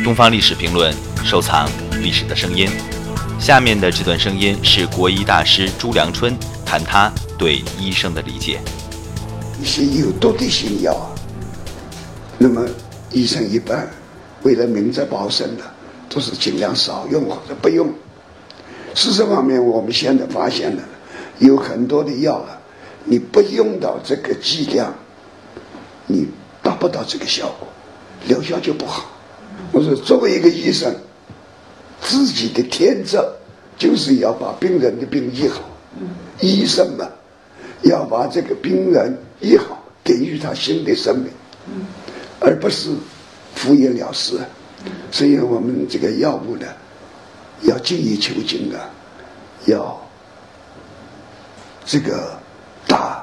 东方历史评论，收藏历史的声音。下面的这段声音是国医大师朱良春谈他对医生的理解。 一些有毒的新药啊，那么医生一般为了明哲保身的，都是尽量少用或者不用。事实方面，我们现在发现了有很多的药啊，你不用到这个剂量，你达不到这个效果，疗效就不好。我说，作为一个医生，自己的天职就是要把病人的病医好。医生嘛，要把这个病人医好，给予他新的生命，而不是敷衍了事。所以我们这个药物呢，要精益求精啊，要这个大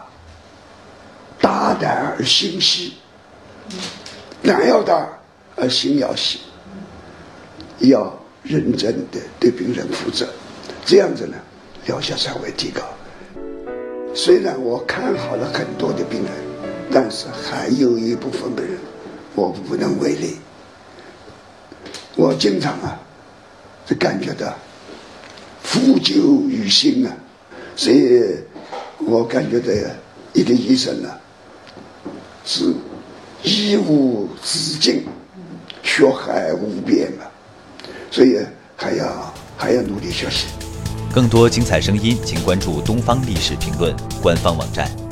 胆而心细，胆要大而心要细，要认真的对病人负责，这样子呢，疗效才会提高。虽然我看好了很多的病人，但是还有一部分病人我不能为力。我经常就感觉到负疚于心啊，所以我感觉到一个医生是医无止境，学海无边啊，所以还要努力学习。 更多精彩声音，请关注东方历史评论官方网站。